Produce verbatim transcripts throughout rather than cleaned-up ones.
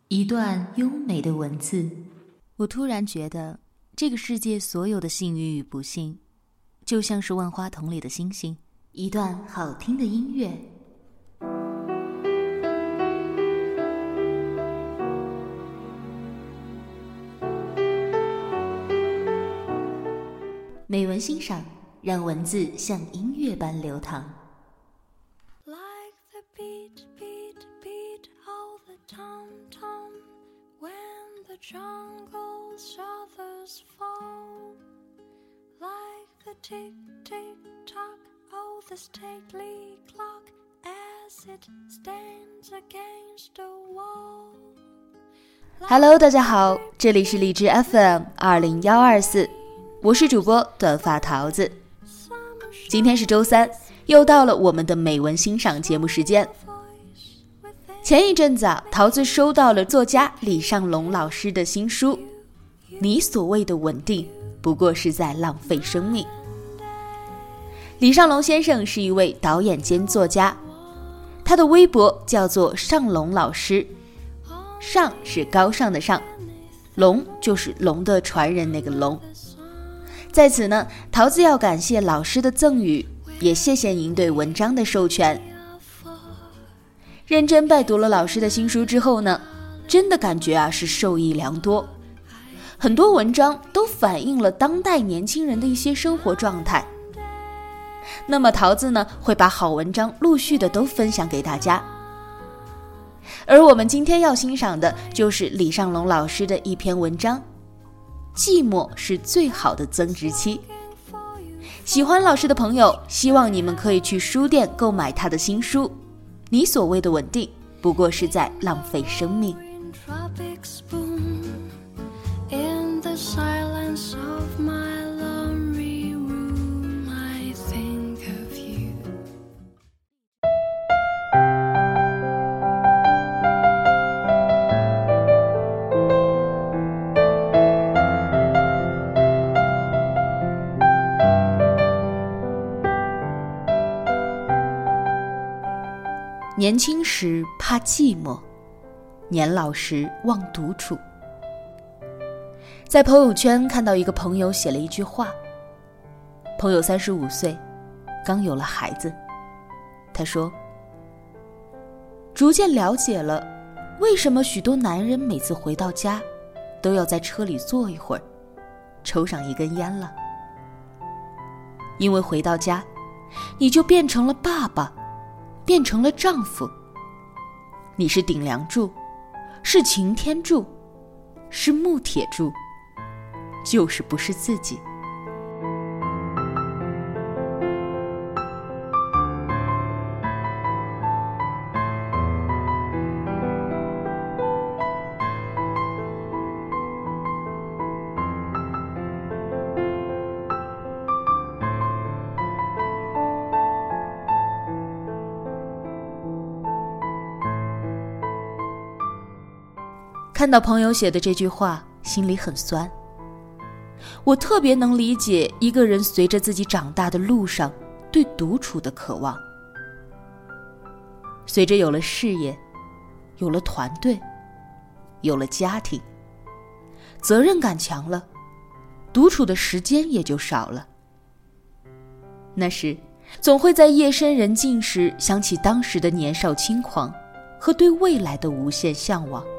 一段优美的文字。我突然觉得，这个世界所有的幸运与不幸，就像是万花筒里的星星。一段好听的音乐，美文欣赏，让文字像音乐般流淌。 Jungle shadows fall like the tick tick tock of the stately clock as it stands against a wall. Hello， 大家好，这里是荔枝 F M 二零一二四，我是主播短发桃子。今天是周三，又到了我们的美文欣赏节目时间。前一阵子啊，桃子收到了作家李尚龙老师的新书《你所谓的稳定，不过是在浪费生命》。李尚龙先生是一位导演兼作家，他的微博叫做尚龙老师，尚是高尚的尚，龙就是龙的传人那个龙。在此呢，桃子要感谢老师的赠予，也谢谢您对文章的授权。认真拜读了老师的新书之后呢，真的感觉啊是受益良多。很多文章都反映了当代年轻人的一些生活状态。那么桃子呢，会把好文章陆续的都分享给大家。而我们今天要欣赏的就是李尚龙老师的一篇文章，寂寞是最好的增值期。喜欢老师的朋友，希望你们可以去书店购买他的新书。你所谓的稳定，不过是在浪费生命。年轻时怕寂寞，年老时望独处。在朋友圈看到一个朋友写了一句话，朋友三十五岁，刚有了孩子。他说，逐渐了解了为什么许多男人每次回到家都要在车里坐一会儿，抽上一根烟了。因为回到家，你就变成了爸爸，变成了丈夫，你是顶梁柱，是擎天柱，是木铁柱，就是不是自己。看到朋友写的这句话，心里很酸。我特别能理解一个人随着自己长大的路上对独处的渴望。随着有了事业，有了团队，有了家庭，责任感强了，独处的时间也就少了。那时，总会在夜深人静时想起当时的年少轻狂和对未来的无限向往。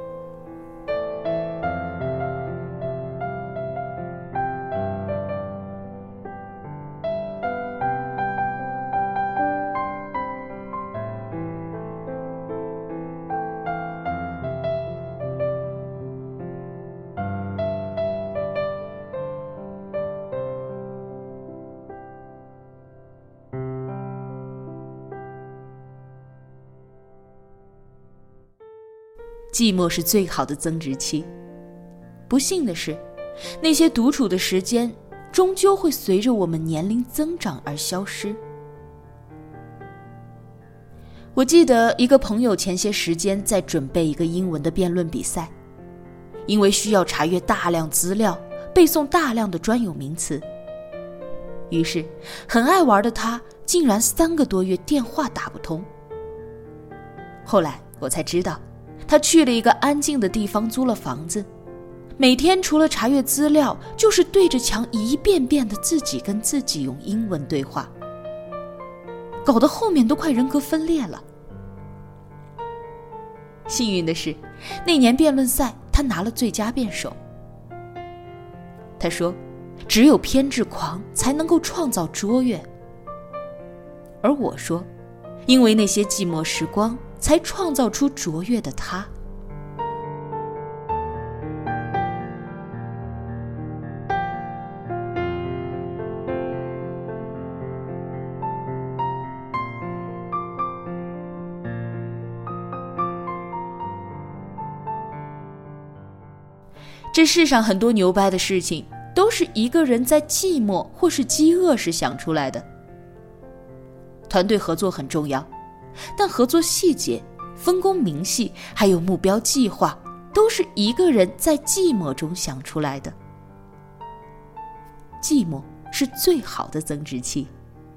寂寞是最好的增值期。不幸的是，那些独处的时间终究会随着我们年龄增长而消失。我记得一个朋友前些时间在准备一个英文的辩论比赛，因为需要查阅大量资料，背诵大量的专有名词，于是很爱玩的他竟然三个多月电话打不通。后来我才知道， 他去了一个安静的地方租了房子，每天除了查阅资料，就是对着墙一遍遍的自己跟自己用英文对话，搞得后面都快人格分裂了。幸运的是，那年辩论赛他拿了最佳辩手。他说，只有偏执狂才能够创造卓越。而我说，因为那些寂寞时光，才创造出卓越的他。这世上很多牛掰的事情，都是一个人在寂寞或是饥饿时想出来的。团队合作很重要，但合作细节、分工明细还有目标计划，都是一个人在寂寞中想出来的。寂寞是最好的增值器。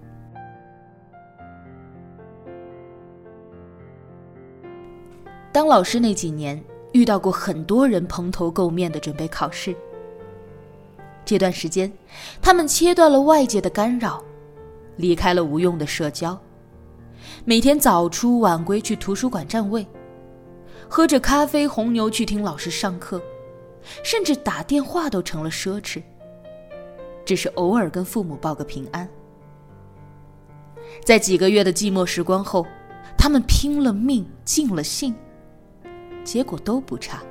当老师那几年，遇到过很多人蓬头垢面的准备考试。这段时间，他们切断了外界的干扰，离开了无用的社交，每天早出晚归去图书馆占位，喝着咖啡红牛去听老师上课，甚至打电话都成了奢侈，只是偶尔跟父母报个平安。在几个月的寂寞时光后，他们拼了命尽了兴，结果都不差。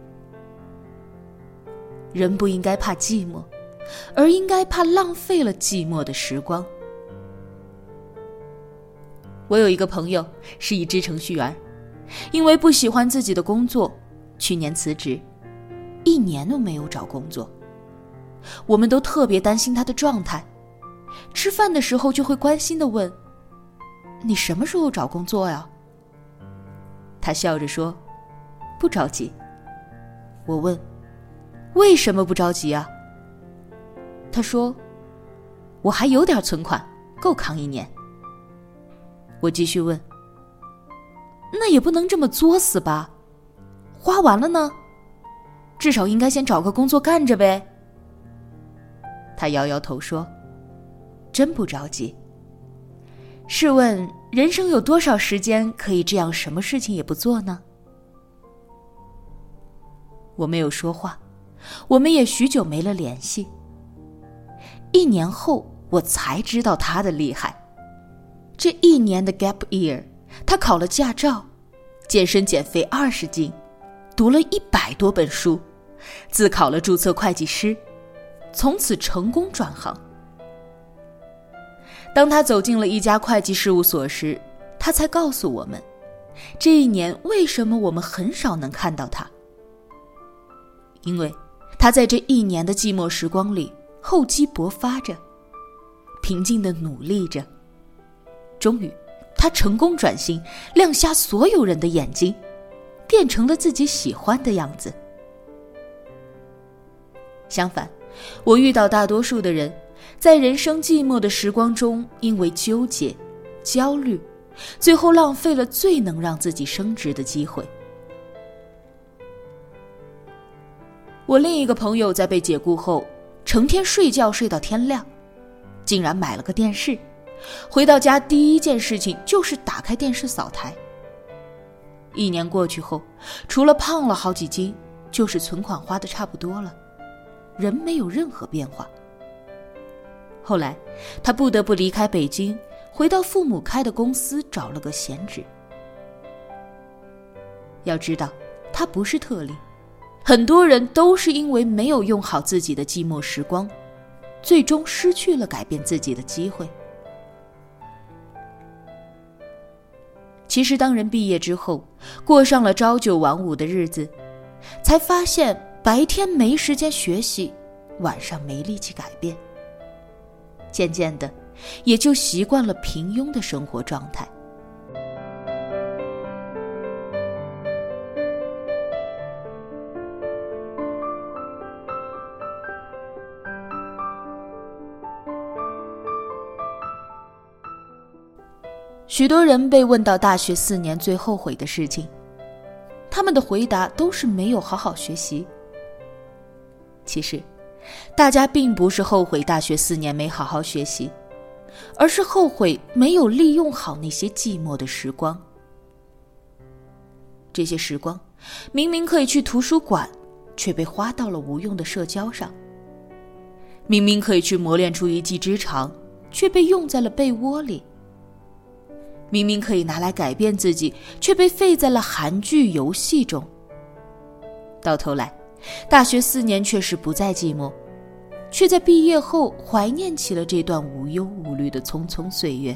人不应该怕寂寞，而应该怕浪费了寂寞的时光。我有一个朋友是一支程序员，因为不喜欢自己的工作，去年辞职，一年都没有找工作。我们都特别担心他的状态，吃饭的时候就会关心地问，你什么时候找工作呀？他笑着说，不着急。我问，为什么不着急啊？他说，我还有点存款，够扛一年。我继续问，那也不能这么作死吧？花完了呢？至少应该先找个工作干着呗。他摇摇头说，真不着急。试问，人生有多少时间可以这样什么事情也不做呢？我没有说话，我们也许久没了联系。一年后，我才知道他的厉害。这一年的 gap year， 他考了驾照，健身减肥二十斤，读了一百多本书，自考了注册会计师，从此成功转行。当他走进了一家会计事务所时，他才告诉我们，这一年为什么我们很少能看到他。因为他在这一年的寂寞时光里厚积薄发着，平静地努力着。终于，他成功转型，亮瞎所有人的眼睛，变成了自己喜欢的样子。相反，我遇到大多数的人，在人生寂寞的时光中，因为纠结、焦虑，最后浪费了最能让自己升职的机会。我另一个朋友在被解雇后，成天睡觉睡到天亮，竟然买了个电视，回到家第一件事情就是打开电视扫台。一年过去后，除了胖了好几斤，就是存款花得差不多了，人没有任何变化。后来他不得不离开北京，回到父母开的公司找了个闲职。要知道，他不是特例，很多人都是因为没有用好自己的寂寞时光，最终失去了改变自己的机会。其实当人毕业之后，过上了朝九晚五的日子，才发现白天没时间学习，晚上没力气改变。渐渐的，也就习惯了平庸的生活状态。许多人被问到大学四年最后悔的事情，他他们的回答都是没有好好学习。其实大家并不是后悔大学四年没好好学习，而是后悔没有利用好那些寂寞的时光。这些时光明明可以去图书馆，却被花到了无用的社交上；明明可以去磨练出一技之长，却被用在了被窝里；明明可以拿来改变自己，却被废在了韩剧游戏中。到头来，大学四年确实不再寂寞，却在毕业后怀念起了这段无忧无虑的匆匆岁月。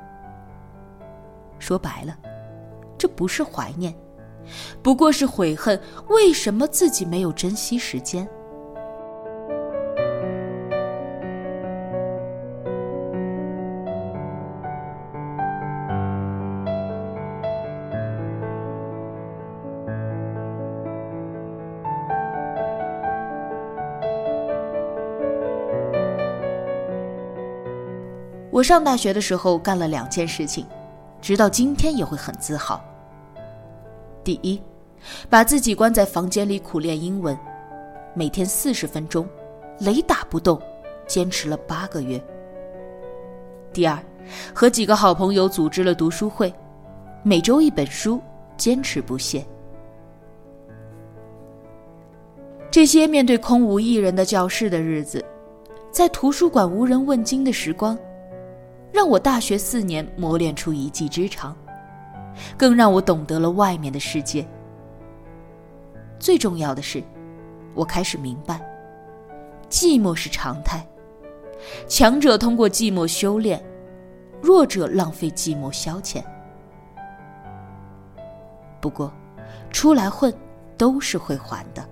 说白了，这不是怀念，不过是悔恨为什么自己没有珍惜时间。我上大学的时候干了两件事情，直到今天也会很自豪。第一，把自己关在房间里苦练英文，每天四十分钟，雷打不动，坚持了八个月。第二，和几个好朋友组织了读书会，每周一本书，坚持不懈。这些面对空无一人的教室的日子，在图书馆无人问津的时光，让我大学四年磨练出一技之长，更让我懂得了外面的世界。最重要的是，我开始明白，寂寞是常态，强者通过寂寞修炼，弱者浪费寂寞消遣。不过，出来混都是会还的。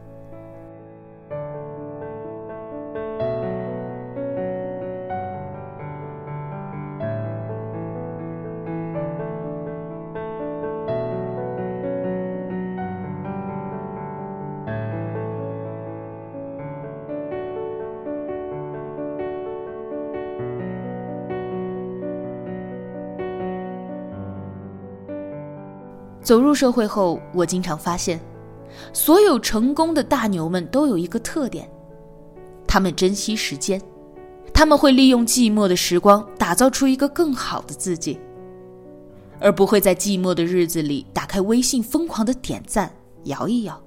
走入社会后，我经常发现，所有成功的大牛们都有一个特点，他们珍惜时间，他们会利用寂寞的时光打造出一个更好的自己，而不会在寂寞的日子里打开微信疯狂的点赞摇一摇。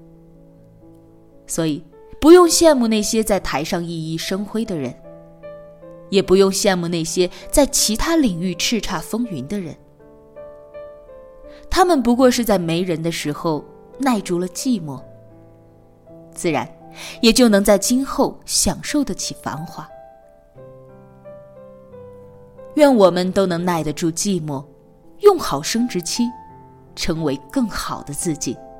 所以不用羡慕那些在台上熠熠生辉的人，也不用羡慕那些在其他领域叱咤风云的人，他们不过是在没人的时候耐住了寂寞，自然也就能在今后享受得起繁华。愿我们都能耐得住寂寞，用好生殖期，成为更好的自己。